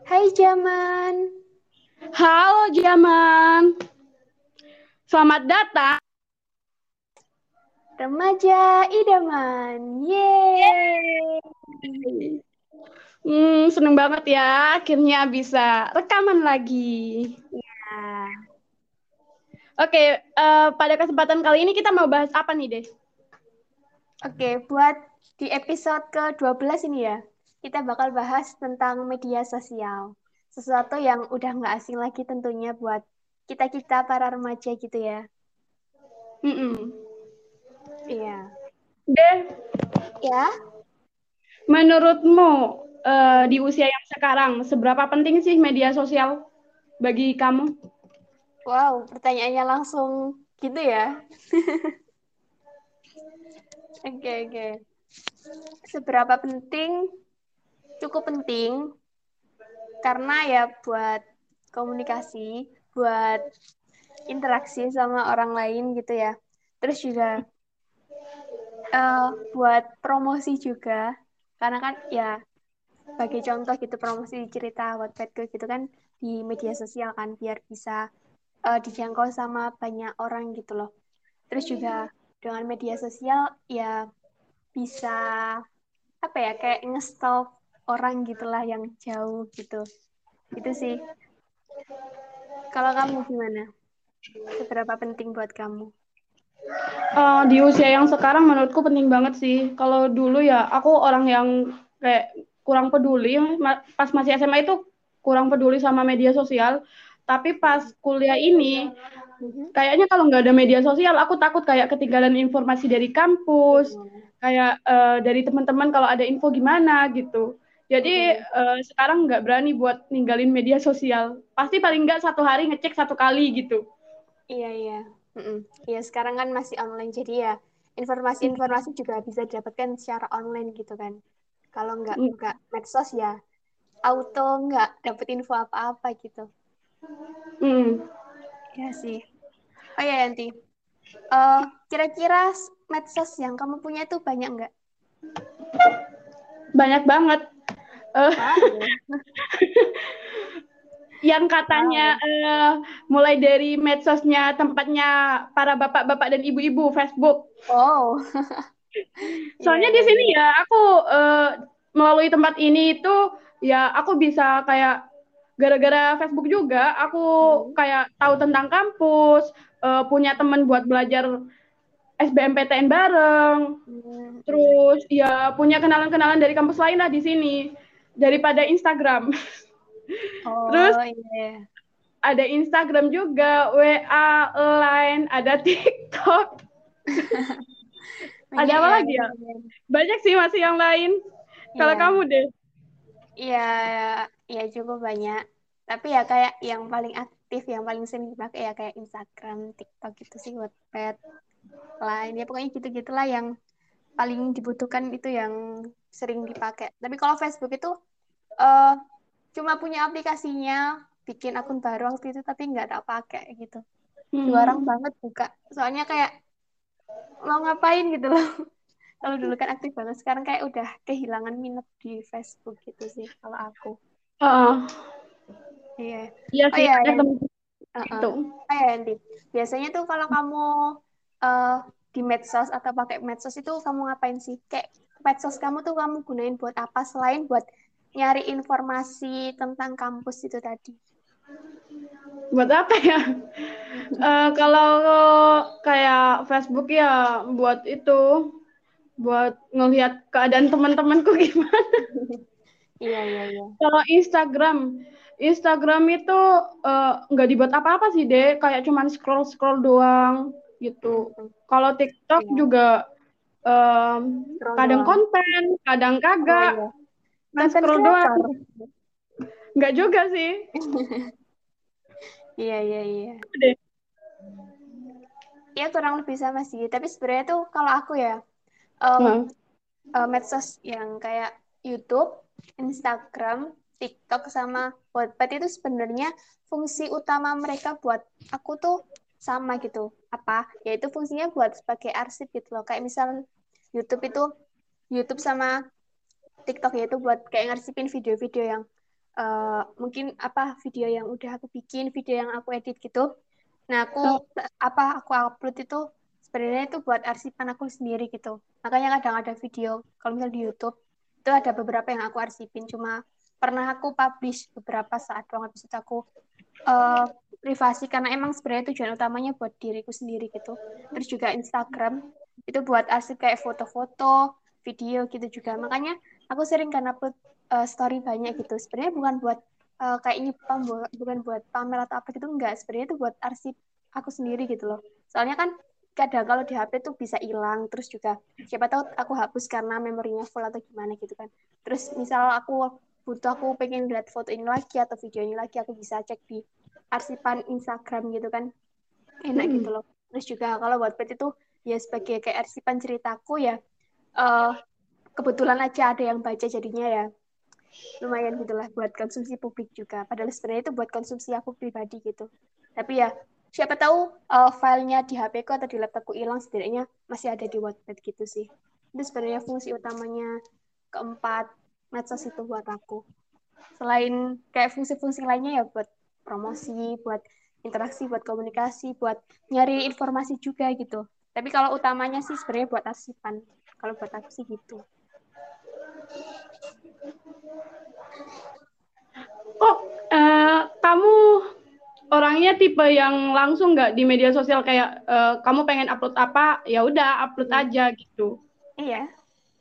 Hai Jaman, Halo Jaman, selamat datang. remaja idaman. Yeay. Seneng banget ya, akhirnya bisa rekaman lagi. Ya, Oke, pada kesempatan kali ini kita mau bahas apa nih, Des? oke, buat di episode ke-12 ini ya, kita bakal bahas tentang media sosial. Sesuatu yang udah nggak asing lagi tentunya buat kita-kita para remaja gitu ya. Mm-mm. Iya. Des, Ya, menurutmu di mm-mm. usia yang sekarang, seberapa penting sih media sosial bagi kamu? Wow, pertanyaannya langsung gitu ya. Oke, oke. Seberapa penting? Cukup penting karena ya buat komunikasi, buat interaksi sama orang lain gitu ya. Terus juga eh, buat promosi juga, karena kan ya sebagai contoh gitu promosi cerita Wattpadku gitu kan di media sosial kan biar bisa dijangkau sama banyak orang gitu loh. Terus juga dengan media sosial ya bisa apa ya kayak nge-stalk orang gitulah yang jauh gitu. Itu sih. Kalau kamu gimana? Seberapa penting buat kamu? Di usia yang sekarang menurutku penting banget sih. Kalau dulu ya aku orang yang kayak kurang peduli. Pas masih SMA itu kurang peduli sama media sosial. Tapi pas kuliah ini, Mhm. kayaknya kalau nggak ada media sosial, aku takut kayak ketinggalan informasi dari kampus, Iya. kayak dari teman-teman kalau ada info gimana gitu. Jadi Mm-mm. sekarang nggak berani buat ninggalin media sosial. Pasti paling nggak satu hari ngecek satu kali gitu. Iya, iya. Mm-mm. Iya, sekarang kan masih online, jadi ya informasi-informasi juga bisa didapatkan secara online gitu kan. Kalau nggak Mm, buka medsos ya auto nggak dapet info apa-apa gitu. mm. Iya sih. Oh ya, Yanti. Eh, kira-kira medsos yang kamu punya itu banyak nggak? Banyak banget. Eh, Wow. yang katanya Wow. mulai dari medsosnya tempatnya para bapak-bapak dan ibu-ibu Facebook. Oh. Iya, Soalnya di iya, sini iya. ya aku melalui tempat ini itu ya aku bisa kayak gara-gara Facebook juga aku Mm. kayak tahu tentang kampus, punya teman buat belajar SBMPTN bareng, Mm, mm. terus ya punya kenalan-kenalan dari kampus lain lah di sini daripada Instagram. Terus Oh, iya. ada Instagram juga, WA, Line, ada TikTok, ada Banyak apa ya. lagi ya? Banyak sih masih yang lain. Kalau Iya. kamu deh. Iya, ya cukup banyak. Tapi ya kayak yang paling aktif, yang paling sering dipakai ya kayak Instagram, TikTok gitu sih, Wattpad, Line. Ya pokoknya gitu-gitulah yang paling dibutuhkan itu yang sering dipakai. Tapi kalau Facebook itu eh cuma punya aplikasinya, bikin akun baru waktu itu tapi nggak tak pakai gitu. Jarang Hmm. banget buka. Soalnya kayak mau ngapain gitu loh. Kalau dulu kan aktif banget, sekarang kayak udah kehilangan minat di Facebook gitu sih kalau aku. Oh, Iya. iya Oh sih ya, ada yang temen Heeh. itu. Oh ya, Andi. Biasanya tuh kalau kamu eh, di medsos atau pakai medsos itu kamu ngapain sih? Kayak medsos kamu tuh kamu gunain buat apa selain buat nyari informasi tentang kampus itu tadi? Buat apa ya? Kalau kayak Facebook ya buat itu, buat ngelihat keadaan teman-temanku gimana. Iya, iya, iya. Kalau Instagram itu nggak dibuat apa-apa sih deh, kayak cuman scroll-scroll doang gitu. Mm-mm. Kalau TikTok Iya, juga scroll kadang doang. konten, kadang Oh kagak, iya, kan konten scroll doang. creator. Nggak juga sih. Iya, iya, iya. Deh. Iya kurang lebih sama sih. Tapi sebenarnya tuh kalau aku ya, em, Nah, medsos yang kayak YouTube, Instagram, TikTok sama Wattpad itu sebenarnya fungsi utama mereka buat aku tuh sama gitu. Apa? Yaitu fungsinya buat sebagai arsip gitu loh. Kayak misal YouTube itu YouTube sama TikTok yaitu buat kayak ngarsipin video-video yang mungkin video yang udah aku bikin, video yang aku edit gitu. Nah, Oh, aku upload itu sebenarnya itu buat arsipan aku sendiri gitu. Makanya kadang ada video kalau misalnya di YouTube itu ada beberapa yang aku arsipin, cuma pernah aku publish beberapa saat doang, habis itu aku eh, privasi karena emang sebenarnya tujuan utamanya buat diriku sendiri gitu. Terus juga Instagram itu buat arsip kayak foto-foto, video gitu juga. Makanya aku sering kan upload story banyak gitu. Sebenarnya bukan buat kayak nyepam, bukan buat pamer atau apa gitu, enggak. Sebenarnya itu buat arsip aku sendiri gitu loh. Soalnya kan kadang kalau di HP tuh bisa hilang, terus juga siapa tahu aku hapus karena memorinya full atau gimana gitu kan. Terus misal aku pengen lihat foto ini lagi atau video ini lagi, aku bisa cek di arsipan Instagram gitu kan, enak gitu mm-mm. loh. Terus juga kalau Wattpad itu ya sebagai kayak arsipan ceritaku ya, eh kebetulan aja ada yang baca jadinya ya lumayan gitulah buat konsumsi publik juga. Padahal sebenarnya itu buat konsumsi aku pribadi gitu. Tapi ya siapa tahu filenya di HP ku atau di laptopku hilang, setidaknya masih ada di Wattpad gitu sih. Itu sebenarnya fungsi utamanya keempat medsos itu buat aku. Selain kayak fungsi-fungsi lainnya ya buat promosi, buat interaksi, buat komunikasi, buat nyari informasi juga gitu. Tapi kalau utamanya sih sebenarnya buat arsipan. Kalau buat aku sih gitu. Kok kamu orangnya tipe yang langsung nggak di media sosial kayak kamu pengen upload apa, ya udah upload Hmm. aja gitu. Iya.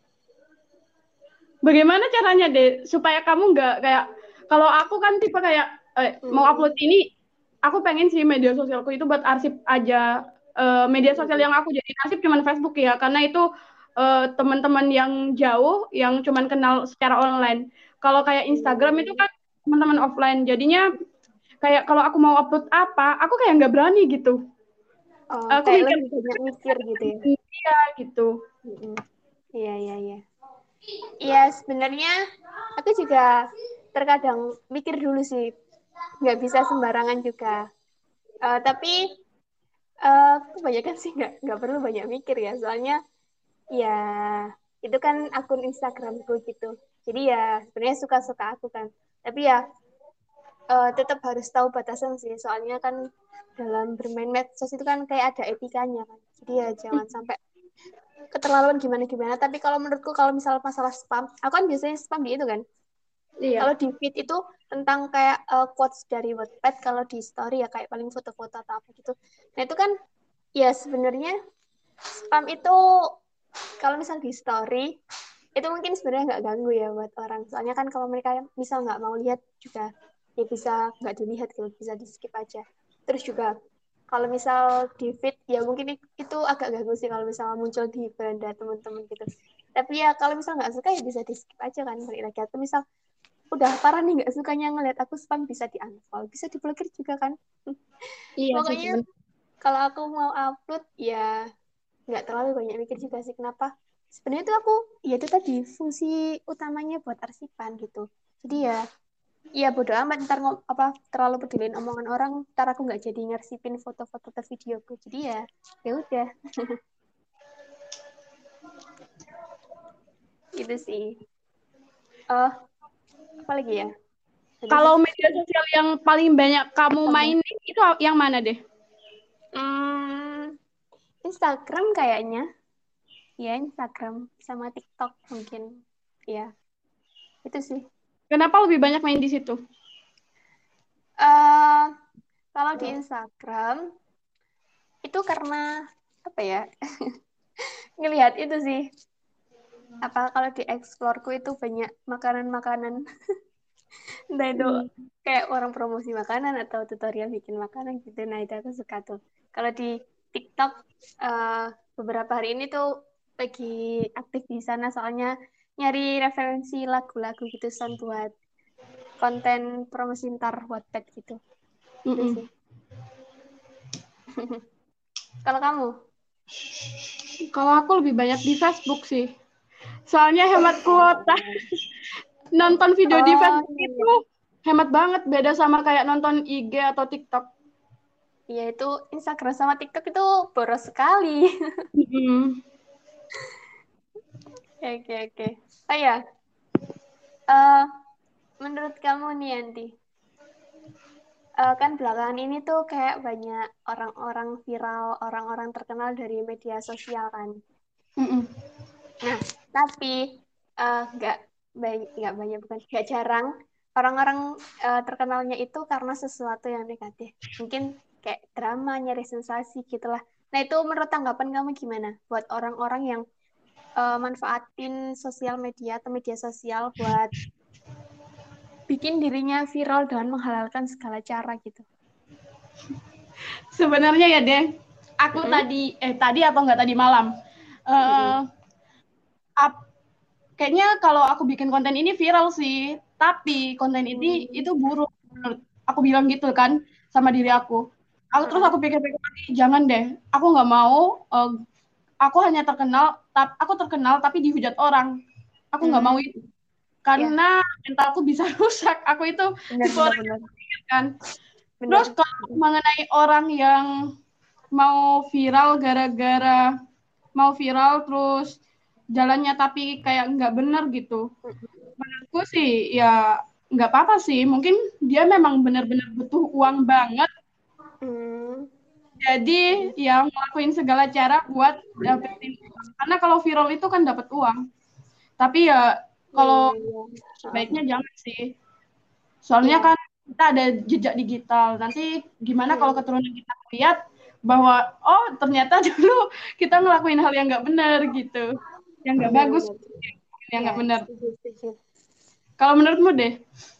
Bagaimana caranya deh supaya kamu nggak kayak kalau aku kan tipe kayak mau Hmm. upload ini, aku pengen sih media sosialku itu buat arsip aja. Media sosial yang aku jadi arsip cuman Facebook ya, karena itu teman-teman yang jauh yang cuman kenal secara online. Kalau kayak Instagram itu Hmm. kan teman-teman offline, jadinya kayak kalau aku mau upload apa, aku kayak nggak berani gitu. Oh, Aku kayak mikir lebih banyak mikir gitu ya. dia gitu. Mm-mm. Iya, iya, iya. Iya, sebenarnya aku juga terkadang mikir dulu sih. Nggak bisa sembarangan juga. Tapi kebanyakan sih nggak perlu banyak mikir ya. Soalnya ya itu kan akun Instagramku gitu. Jadi ya sebenarnya suka-suka aku kan. Tapi ya tetap harus tahu batasan sih. Soalnya kan dalam bermain medsos itu kan kayak ada etikanya kan. Jadi ya jangan sampai keterlaluan gimana-gimana. Tapi kalau menurutku kalau misal masalah spam, aku kan biasanya spam di itu kan. Iya. Kalau di feed itu tentang kayak quotes dari Wattpad, kalau di story ya kayak paling foto-foto atau apa gitu. Nah itu kan ya sebenarnya spam itu kalau misal di story itu mungkin sebenarnya nggak ganggu ya buat orang. Soalnya kan kalau mereka misal nggak mau lihat juga ya bisa nggak dilihat gitu, bisa di skip aja. Terus juga kalau misal di feed ya mungkin itu agak ganggu sih kalau misal muncul di beranda teman-teman gitu. Tapi ya kalau misal nggak suka ya bisa di skip aja kan balik lagi. Atau misal udah parah nih nggak sukanya ngeliat aku spam bisa di unfollow, bisa diblokir juga kan. Iya sih Pokoknya sebenarnya. kalau aku mau upload ya nggak terlalu banyak mikir juga sih kenapa. Sebenarnya itu aku ya itu tadi fungsi utamanya buat arsipan gitu. Jadi ya bodo amat ntar terlalu pedulin omongan orang, ntar aku nggak jadi ngarsipin foto-foto atau videoku. Jadi ya udah gitu sih. eh apa lagi ya tadi sih. Kalau media sosial yang paling banyak kamu Tambah. mainin itu yang mana deh? Hmm, Instagram kayaknya. Ya, Instagram sama TikTok mungkin. Ya, itu sih. Kenapa lebih banyak main di situ? eh Kalau di Instagram, itu karena, apa ya, ngelihat itu sih. Apa, kalau di explore-ku itu banyak makanan-makanan. Entah itu Hmm. kayak orang promosi makanan atau tutorial bikin makanan gitu. Nah, itu aku suka tuh. Kalau di TikTok, eh, beberapa hari ini tuh lagi aktif di sana soalnya nyari referensi lagu-lagu gitu son buat konten promosi ntar Wattpad gitu. Itu Mm-mm. sih. Kalau kamu? Kalau aku lebih banyak di Facebook sih. Soalnya hemat kuota. Oh, Nonton video di oh Facebook iya. itu hemat banget. Beda sama kayak nonton IG atau TikTok. Iya itu Instagram sama TikTok itu boros sekali. Mm-mm. Oke, oke, oke. Oh ya, eh menurut kamu nih Yanti, kan belakangan ini tuh kayak banyak orang-orang viral, orang-orang terkenal dari media sosial kan. Mm-mm. Nah, tapi nggak nggak banyak, bukan nggak jarang orang-orang terkenalnya itu karena sesuatu yang negatif. Mungkin kayak drama, nyari sensasi gitulah. Nah, itu menurut tanggapan kamu gimana? Buat orang-orang yang manfaatin sosial media atau media sosial buat bikin dirinya viral dengan menghalalkan segala cara gitu. Sebenarnya ya deh, aku Mm-mm, tadi atau enggak tadi malam, mm-mm, uh, kayaknya kalau aku bikin konten ini viral sih, tapi konten ini mm, itu buruk menurut aku bilang gitu kan sama diri aku. Terus uh-uh, aku pikir-pikir lagi, jangan deh, aku nggak mau. Aku hanya terkenal, aku terkenal tapi dihujat orang. Aku nggak mau mm, itu ya, karena mentalku bisa rusak. Aku itu benar tipe benar orang yang benar mikir kan. Terus benar. kalau mengenai orang yang mau viral gara-gara mau viral terus jalannya tapi kayak nggak benar gitu. Menurutku sih ya nggak apa-apa sih. Mungkin dia memang benar-benar butuh uang banget. Hmm, Jadi yang ngelakuin segala cara buat dapetin uang. Karena kalau viral itu kan dapat uang. Tapi ya iya kalau iya iya. baiknya Oh, jangan sih. Soalnya iya. kan kita ada jejak digital. Nanti gimana kalau Hmm, keturunan kita lihat bahwa oh ternyata dulu kita ngelakuin hal yang nggak benar gitu, yang nggak benar bagus, benar. yang Ya, nggak benar. setuju setuju. Kalau menurutmu deh?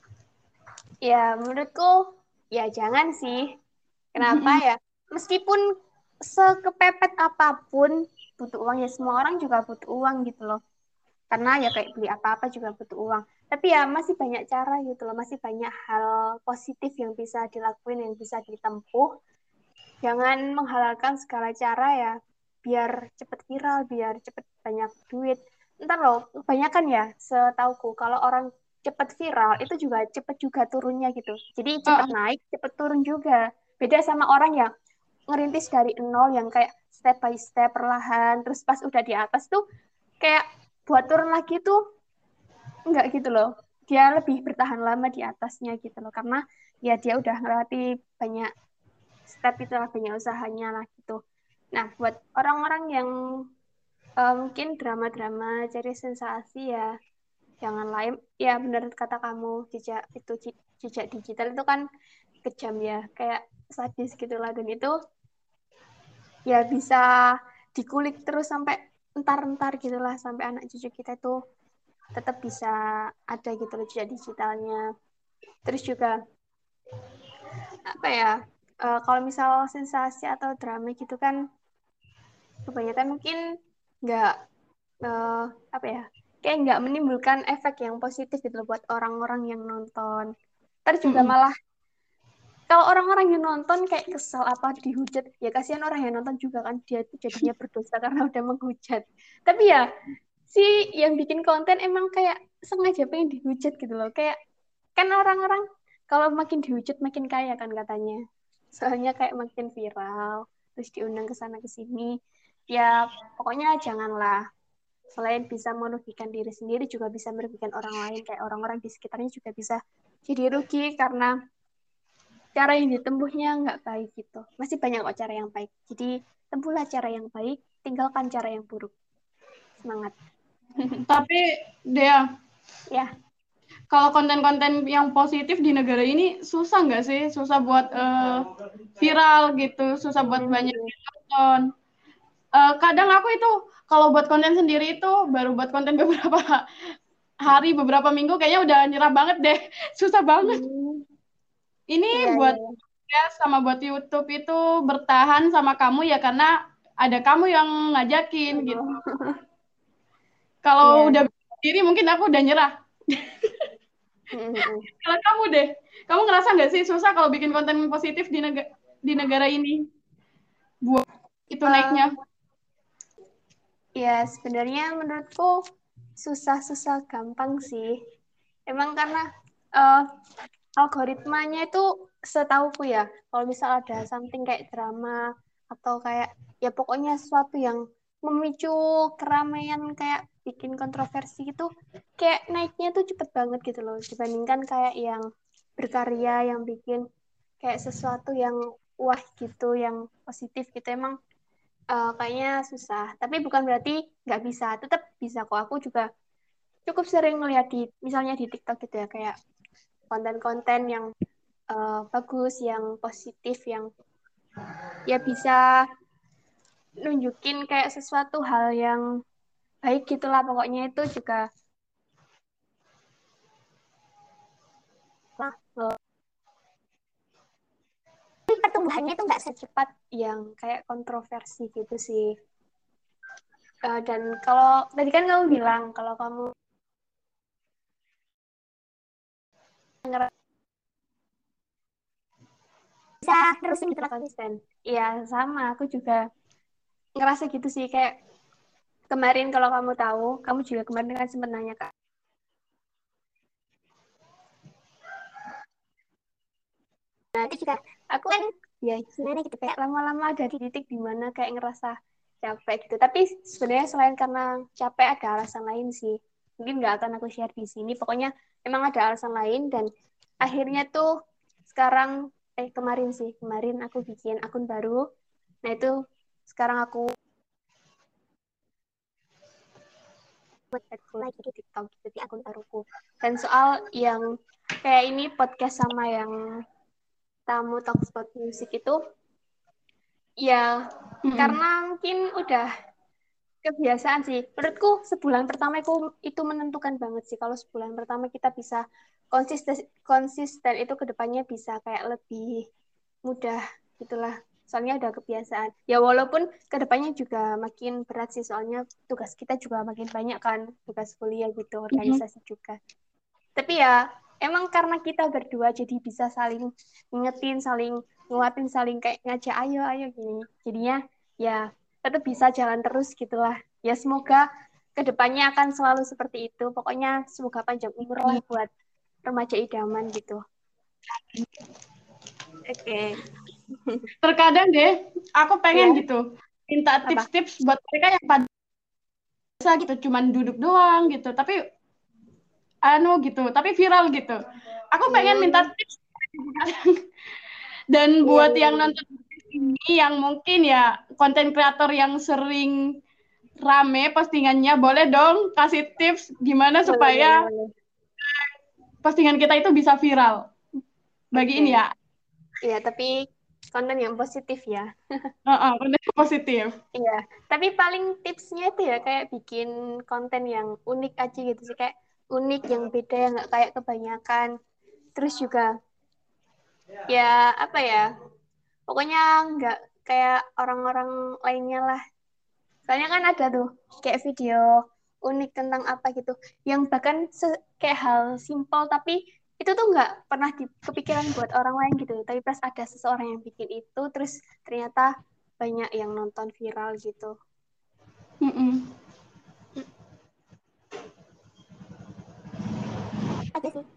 Ya, menurutku ya jangan sih. Kenapa ya? Meskipun sekepepet apapun butuh uang ya, semua orang juga butuh uang gitu loh. Karena ya kayak beli apa-apa juga butuh uang. Tapi ya masih banyak cara gitu loh, masih banyak hal positif yang bisa dilakuin, yang bisa ditempuh. Jangan menghalalkan segala cara ya, biar cepet viral, biar cepet banyak duit. Ntar loh, kebanyakan ya, setauku, kalau orang cepet viral, itu juga cepet juga turunnya gitu. Jadi cepet Uh, naik, cepet turun juga. Beda sama orang yang ngerintis dari nol, yang kayak step by step, perlahan, terus pas udah di atas tuh, kayak buat turun lagi tuh, enggak gitu loh. Dia lebih bertahan lama di atasnya gitu loh, karena ya dia udah ngelewati banyak step itu lah, banyak usahanya lah gitu. Nah, buat orang-orang yang mungkin drama-drama cari sensasi ya, jangan lain. Ya benar kata kamu, jejak itu jejak digital itu kan kejam ya, kayak sadis gitu lah, dan itu ya bisa dikulik terus sampai entar-entar gitulah, sampai anak cucu kita itu tetap bisa ada gitu loh jejak digitalnya. Terus juga apa ya, kalau misal sensasi atau drama gitu kan kebanyakan mungkin nggak eh, apa ya, kayak nggak menimbulkan efek yang positif gitu loh buat orang-orang yang nonton. Terus juga malah kalau orang-orang yang nonton kayak kesel apa dihujat, ya kasihan orang yang nonton juga kan, dia tuh jadinya berdosa karena udah menghujat. Tapi ya si yang bikin konten emang kayak sengaja pengen dihujat gitu loh, kayak kan orang-orang kalau makin dihujat makin kaya kan katanya, soalnya kayak makin viral terus diundang ke sana ke sini. Ya pokoknya janganlah, selain bisa merugikan diri sendiri juga bisa merugikan orang lain, kayak orang-orang di sekitarnya juga bisa jadi rugi karena cara yang ditempuhnya nggak baik gitu. Masih banyak kok cara yang baik, jadi tempuhlah cara yang baik, tinggalkan cara yang buruk. Semangat. tapi dia Ya. kalau konten-konten yang positif di negara ini susah nggak sih? Susah buat viral gitu, susah buat banyak Hmm. yang nonton. Kadang aku itu kalau buat konten sendiri itu baru buat konten beberapa hari, beberapa minggu kayaknya udah nyerah banget deh. Susah banget. Hmm. Ini Iya, iya, buat iya. podcast sama buat YouTube itu bertahan sama kamu ya karena ada kamu yang ngajakin gitu. Oh. Kalau Iya. udah sendiri mungkin aku udah nyerah. Hmm. Kalau kamu deh, kamu ngerasa nggak sih susah kalau bikin konten positif di negara ini buat itu naiknya? Ya, sebenarnya menurutku susah-susah gampang sih. Emang karena eh, algoritmanya itu setauku ya, kalau misal ada something kayak drama atau kayak ya pokoknya sesuatu yang memicu keramaian kayak bikin kontroversi itu kayak naiknya tuh cepet banget gitu loh dibandingkan kayak yang berkarya yang bikin kayak sesuatu yang wah gitu yang positif gitu emang kayaknya susah tapi bukan berarti nggak bisa tetap bisa kok aku juga cukup sering melihat di misalnya di TikTok gitu ya kayak konten-konten yang bagus yang positif yang ya bisa nunjukin kayak sesuatu hal yang baik gitulah pokoknya itu juga lah pertumbuhannya itu nggak secepat yang kayak kontroversi gitu sih. Dan kalau tadi kan kamu bilang kalau kamu ngerasa bisa terusin gitu konsisten. Iya sama, aku juga ngerasa gitu sih kayak kemarin kalau kamu tahu, kamu juga kemarin kan sempat nanya Kak. Nah, itu juga aku kan ya sebenarnya gitu kayak lama-lama ada di titik di mana kayak ngerasa capek gitu. Tapi sebenarnya selain karena capek ada alasan lain sih. Mungkin nggak akan aku share di sini. Pokoknya emang ada alasan lain dan akhirnya tuh sekarang kemarin sih kemarin aku bikin akun baru. Nah itu sekarang aku buat lagi di TikTok gitu di akun baruku. Dan soal yang kayak ini podcast sama yang tamu Talkspot Music itu ya karena mungkin udah kebiasaan sih. Menurutku sebulan pertama itu menentukan banget sih. Kalau sebulan pertama kita bisa konsisten konsisten itu kedepannya bisa kayak lebih mudah gitulah. Soalnya udah kebiasaan. Ya walaupun kedepannya juga makin berat sih soalnya tugas kita juga makin banyak kan tugas kuliah gitu organisasi juga. Tapi ya emang karena kita berdua jadi bisa saling ngingetin, saling nguatin, saling kayak ngajak ayo ayo gini. Jadinya ya tetap bisa jalan terus gitulah. Ya semoga kedepannya akan selalu seperti itu. Pokoknya semoga panjang umur lah buat remaja idaman gitu. Oke. Terkadang deh, aku pengen Ya, gitu minta apa? tips-tips buat mereka yang pada biasa gitu, cuman duduk doang gitu, tapi tapi viral gitu. Aku pengen minta Hmm, tips dan iya, buat iya, yang iya. nonton ini yang mungkin ya konten kreator yang sering rame postingannya, boleh dong kasih tips gimana Boleh, boleh, supaya boleh. postingan kita itu bisa viral. Bagiin Oke. ya. Iya, tapi konten yang positif ya. Konten positif. Iya, tapi paling tipsnya itu ya kayak bikin konten yang unik aja gitu sih, kayak unik yang beda yang nggak kayak kebanyakan. Terus juga ya apa ya, pokoknya nggak kayak orang-orang lainnya lah. Soalnya kan ada tuh kayak video unik tentang apa gitu, yang bahkan kayak hal simpel tapi itu tuh nggak pernah kepikiran buat orang lain gitu. Tapi pas ada seseorang yang bikin itu, terus ternyata banyak yang nonton viral gitu. Mm-mm. Ada sih.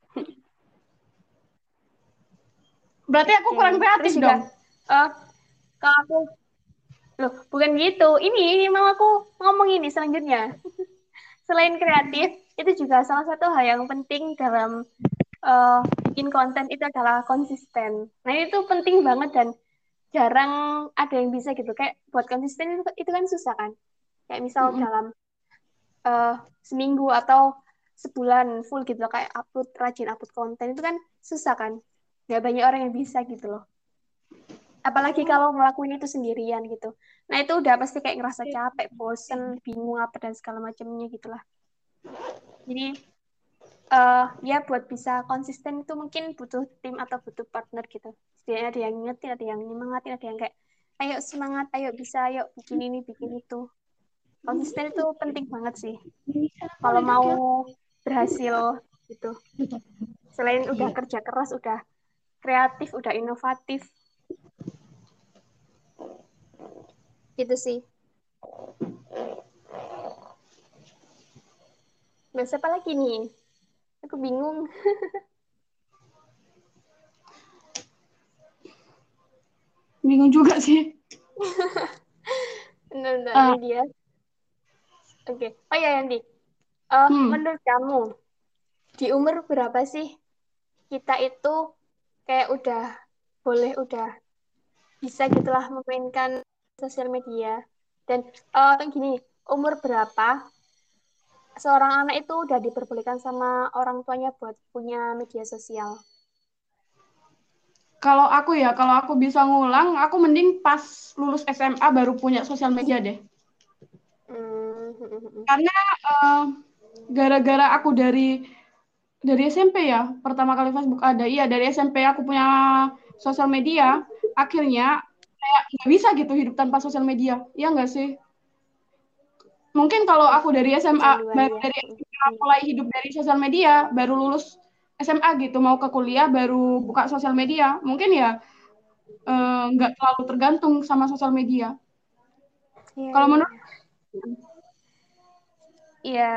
Berarti aku Oke, kurang terus kreatif juga dong. kalau aku loh bukan gitu. Ini mau aku ngomong ini selanjutnya. Selain kreatif, itu juga salah satu hal yang penting dalam bikin konten itu adalah konsisten. Nah itu penting banget dan jarang ada yang bisa gitu. Kayak buat konsisten itu kan susah kan. Kayak misal Mm-mm. dalam eh, seminggu atau sebulan full gitu loh, kayak rajin upload konten itu kan susah kan. Gak banyak orang yang bisa gitu loh. Apalagi kalau ngelakuin itu sendirian gitu. Nah itu udah pasti kayak ngerasa capek, bosen, bingung apa dan segala macamnya gitulah. Jadi ya buat bisa konsisten itu mungkin butuh tim atau butuh partner gitu. Setidaknya ada yang ngingetin, ada yang nyemangatin, ada yang kayak ayo semangat, ayo bisa, ayo bikin ini, bikin itu. Konsisten itu penting banget sih. Kalau mau berhasil gitu. Selain udah kerja keras, udah kreatif, udah inovatif, gitu sih. Bahasa apa lagi nih? Aku bingung. Bingung juga sih. Benar-benar Uh, ini dia. Oke. Oh ya Yanti, Hmm. menurut kamu di umur berapa sih kita itu kayak udah bisa gitulah memainkan sosial media dan kayak gini, umur berapa seorang anak itu udah diperbolehkan sama orang tuanya buat punya media sosial? Kalau aku bisa ngulang, aku mending pas lulus SMA baru punya sosial media deh. Hmm. Karena eh, gara-gara aku dari SMP ya, pertama kali Facebook ada, iya dari SMP aku punya sosial media, akhirnya kayak nggak bisa gitu hidup tanpa sosial media, iya nggak sih? Mungkin kalau aku dari SMA, Kecanduan baru ya. dari SMA mulai hidup dari sosial media, baru lulus SMA gitu, mau ke kuliah baru buka sosial media, mungkin ya nggak terlalu tergantung sama sosial media. Iya, Kalau iya, menurut, iya. Iya,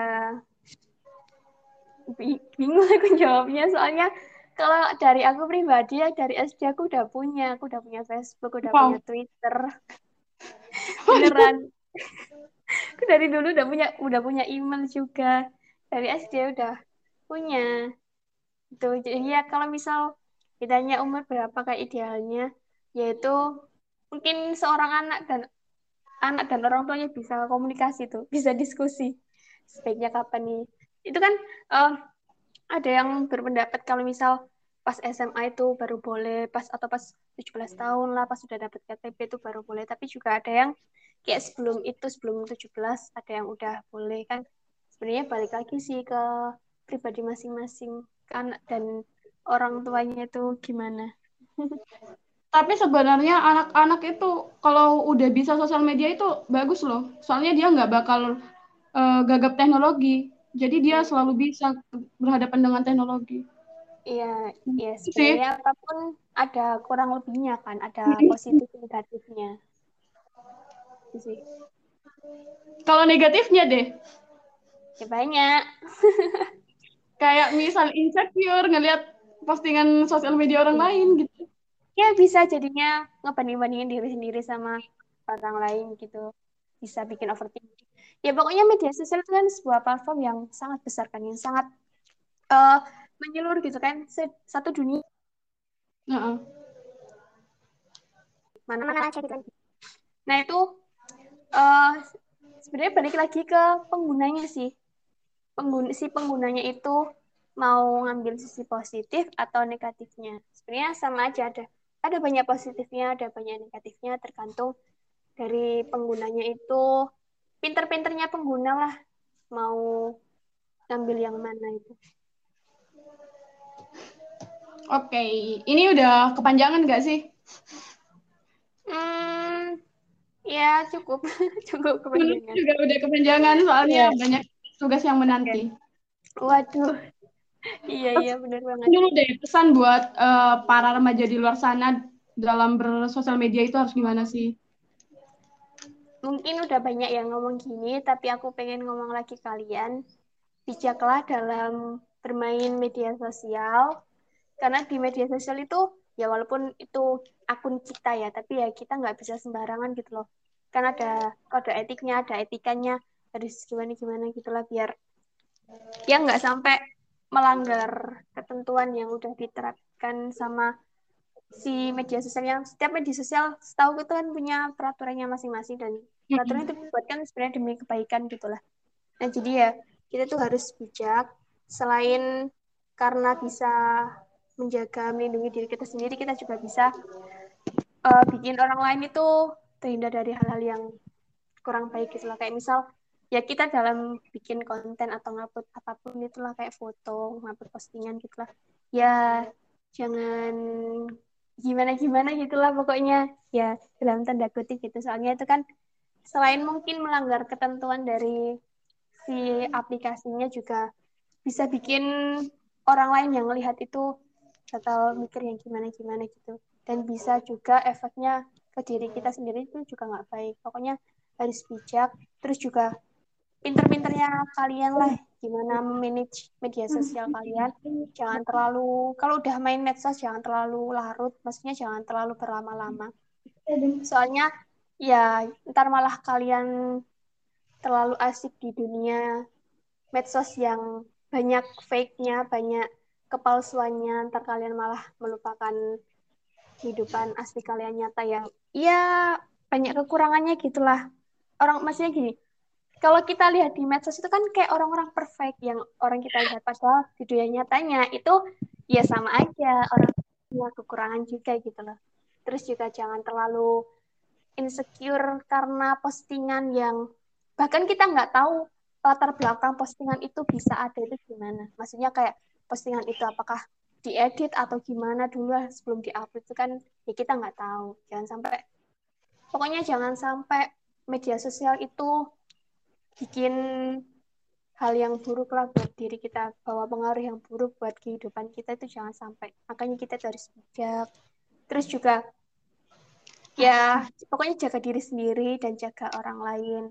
bingung aku jawabnya soalnya kalau dari aku pribadi ya dari SD aku udah punya Facebook, udah punya wow, Twitter. Beneran. Aku dari dulu udah punya email juga. Dari SD udah punya. Tuh, jadi ya kalau misal ditanya umur berapa kayak idealnya, yaitu mungkin seorang anak dan orang tuanya bisa komunikasi tuh, bisa diskusi. Sebaiknya kapan nih? Itu kan eh, ada yang berpendapat kalau misal pas SMA itu baru boleh, atau pas 17 tahun lah, pas sudah dapat KTP itu baru boleh. Tapi juga ada yang kayak sebelum 17 ada yang udah boleh kan. Sebenarnya balik lagi sih ke pribadi masing-masing, ke anak dan orang tuanya itu gimana. tapi sebenarnya anak-anak itu kalau udah bisa sosial media itu bagus loh, soalnya dia nggak bakal gagap teknologi, jadi dia selalu bisa berhadapan dengan teknologi. Iya, ya Itu sih. sebenarnya apapun ada kurang lebihnya kan, ada positif negatifnya. Itu sih. Kalau negatifnya deh, Ya banyak. kayak misal insecure ngelihat postingan sosial media orang lain Iya. gitu. Ya bisa jadinya ngebanding-bandingin diri sendiri sama orang lain gitu. Bisa bikin overthinking. Ya pokoknya media sosial itu kan sebuah platform yang sangat besar kan, yang sangat eh, menyeluruh gitu kan. Satu dunia Heeh. mana-mana aja gitu kan. Nah itu eh sebenarnya balik lagi ke penggunanya sih. Penggunanya itu mau ngambil sisi positif atau negatifnya. Sebenarnya sama aja ada banyak positifnya, ada banyak negatifnya tergantung dari penggunanya itu pinter-pinternya pengguna lah mau ngambil yang mana itu. Oke, ini udah kepanjangan nggak sih? Hmm, ya cukup cukup Menurutku kepanjangan. juga udah kepanjangan soalnya Iya. banyak tugas yang Oke. menanti. Waduh, iya Terus iya benar banget. dulu deh pesan buat para remaja di luar sana dalam bersosial media itu harus gimana sih? Mungkin udah banyak yang ngomong gini, tapi aku pengen ngomong lagi kalian. Bijaklah dalam bermain media sosial, karena di media sosial itu ya walaupun itu akun kita ya tapi ya kita nggak bisa sembarangan gitu loh, kan ada kode etiknya, ada etikanya, harus gimana gimana gitulah biar ya nggak sampai melanggar ketentuan yang udah diterapkan sama si media sosial. Yang setiap media sosial setahu itu kan punya peraturannya masing-masing dan peraturan itu Mm-mm. dibuatkan sebenarnya demi kebaikan gitulah. Nah jadi ya kita tuh harus bijak, selain karena bisa menjaga melindungi diri kita sendiri, kita juga bisa bikin orang lain itu terhindar dari hal-hal yang kurang baik gitu lah. Kayak misal ya kita dalam bikin konten atau ngupload apapun itulah kayak foto, ngupload postingan gitulah. Ya jangan gimana-gimana gitulah pokoknya. Ya dalam tanda kutip gitu. Soalnya itu kan selain mungkin melanggar ketentuan dari si aplikasinya juga bisa bikin orang lain yang melihat itu bakal mikir yang gimana-gimana gitu. Dan bisa juga efeknya ke diri kita sendiri itu juga nggak baik. Pokoknya harus bijak. Terus juga pinter-pinternya kalian lah gimana manage media sosial kalian. Jangan terlalu, kalau udah main medsos jangan terlalu larut, maksudnya jangan terlalu berlama-lama. Soalnya ya ntar malah kalian terlalu asik di dunia medsos yang banyak fake-nya, banyak kepalsuannya, ntar kalian malah melupakan kehidupan asli kalian nyata yang ya banyak kekurangannya gitulah. Orang maksudnya gini, kalau kita lihat di medsos itu kan kayak orang-orang perfect yang orang kita lihat padahal di dunia nyatanya itu ya sama aja orang punya kekurangan juga gitu loh. Terus juga jangan terlalu insecure karena postingan yang bahkan kita nggak tahu latar belakang postingan itu bisa ada itu gimana. Maksudnya kayak postingan itu apakah diedit atau gimana dulu lah sebelum diupload itu kan ya kita nggak tahu. Jangan sampai, pokoknya jangan sampai media sosial itu bikin hal yang buruk lah buat diri kita, bawa pengaruh yang buruk buat kehidupan kita itu jangan sampai. Makanya kita harus bijak. Terus juga ya pokoknya jaga diri sendiri dan jaga orang lain.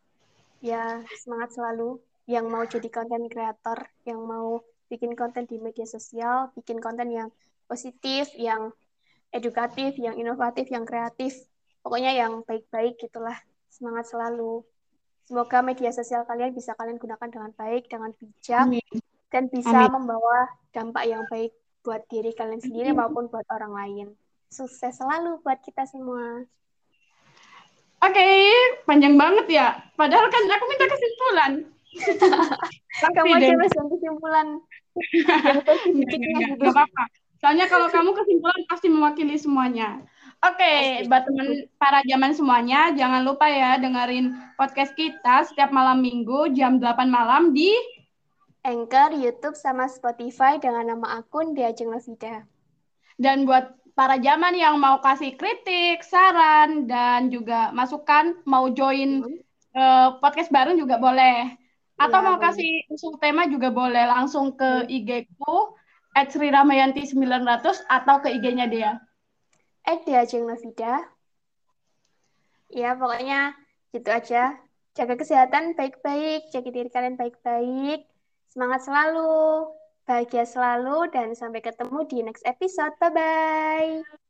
Ya semangat selalu yang mau jadi konten creator, yang mau bikin konten di media sosial, bikin konten yang positif, yang edukatif, yang inovatif, yang kreatif. Pokoknya yang baik-baik gitulah. Semangat selalu. Semoga media sosial kalian bisa kalian gunakan dengan baik, dengan bijak, Amin. dan bisa Amin. membawa dampak yang baik buat diri kalian sendiri maupun buat orang lain. Sukses selalu buat kita semua. Oke, panjang banget ya. Padahal kan aku minta kesimpulan. Kamu Tapi aja deh. mas yang kesimpulan, yang versi dikitnya gitu. Enggak apa-apa. Soalnya kalau kamu kesimpulan pasti mewakili semuanya. Oke, Asik. buat teman para zaman semuanya, jangan lupa ya dengerin podcast kita setiap malam minggu jam 8 malam di. Anchor, YouTube, sama Spotify dengan nama akun Diajeng Novida. Dan buat para zaman yang mau kasih kritik, saran, dan juga masukan, mau join Hmm. podcast bareng juga boleh. Atau Ya, mau boleh. kasih usul tema juga boleh. Langsung ke Hmm. IG-ku, @sriramayanti900 atau ke IG-nya dia. Diajeng Novida. Ya, pokoknya gitu aja. Jaga kesehatan baik-baik, jaga diri kalian baik-baik. Semangat selalu, bahagia selalu, dan sampai ketemu di next episode. Bye-bye.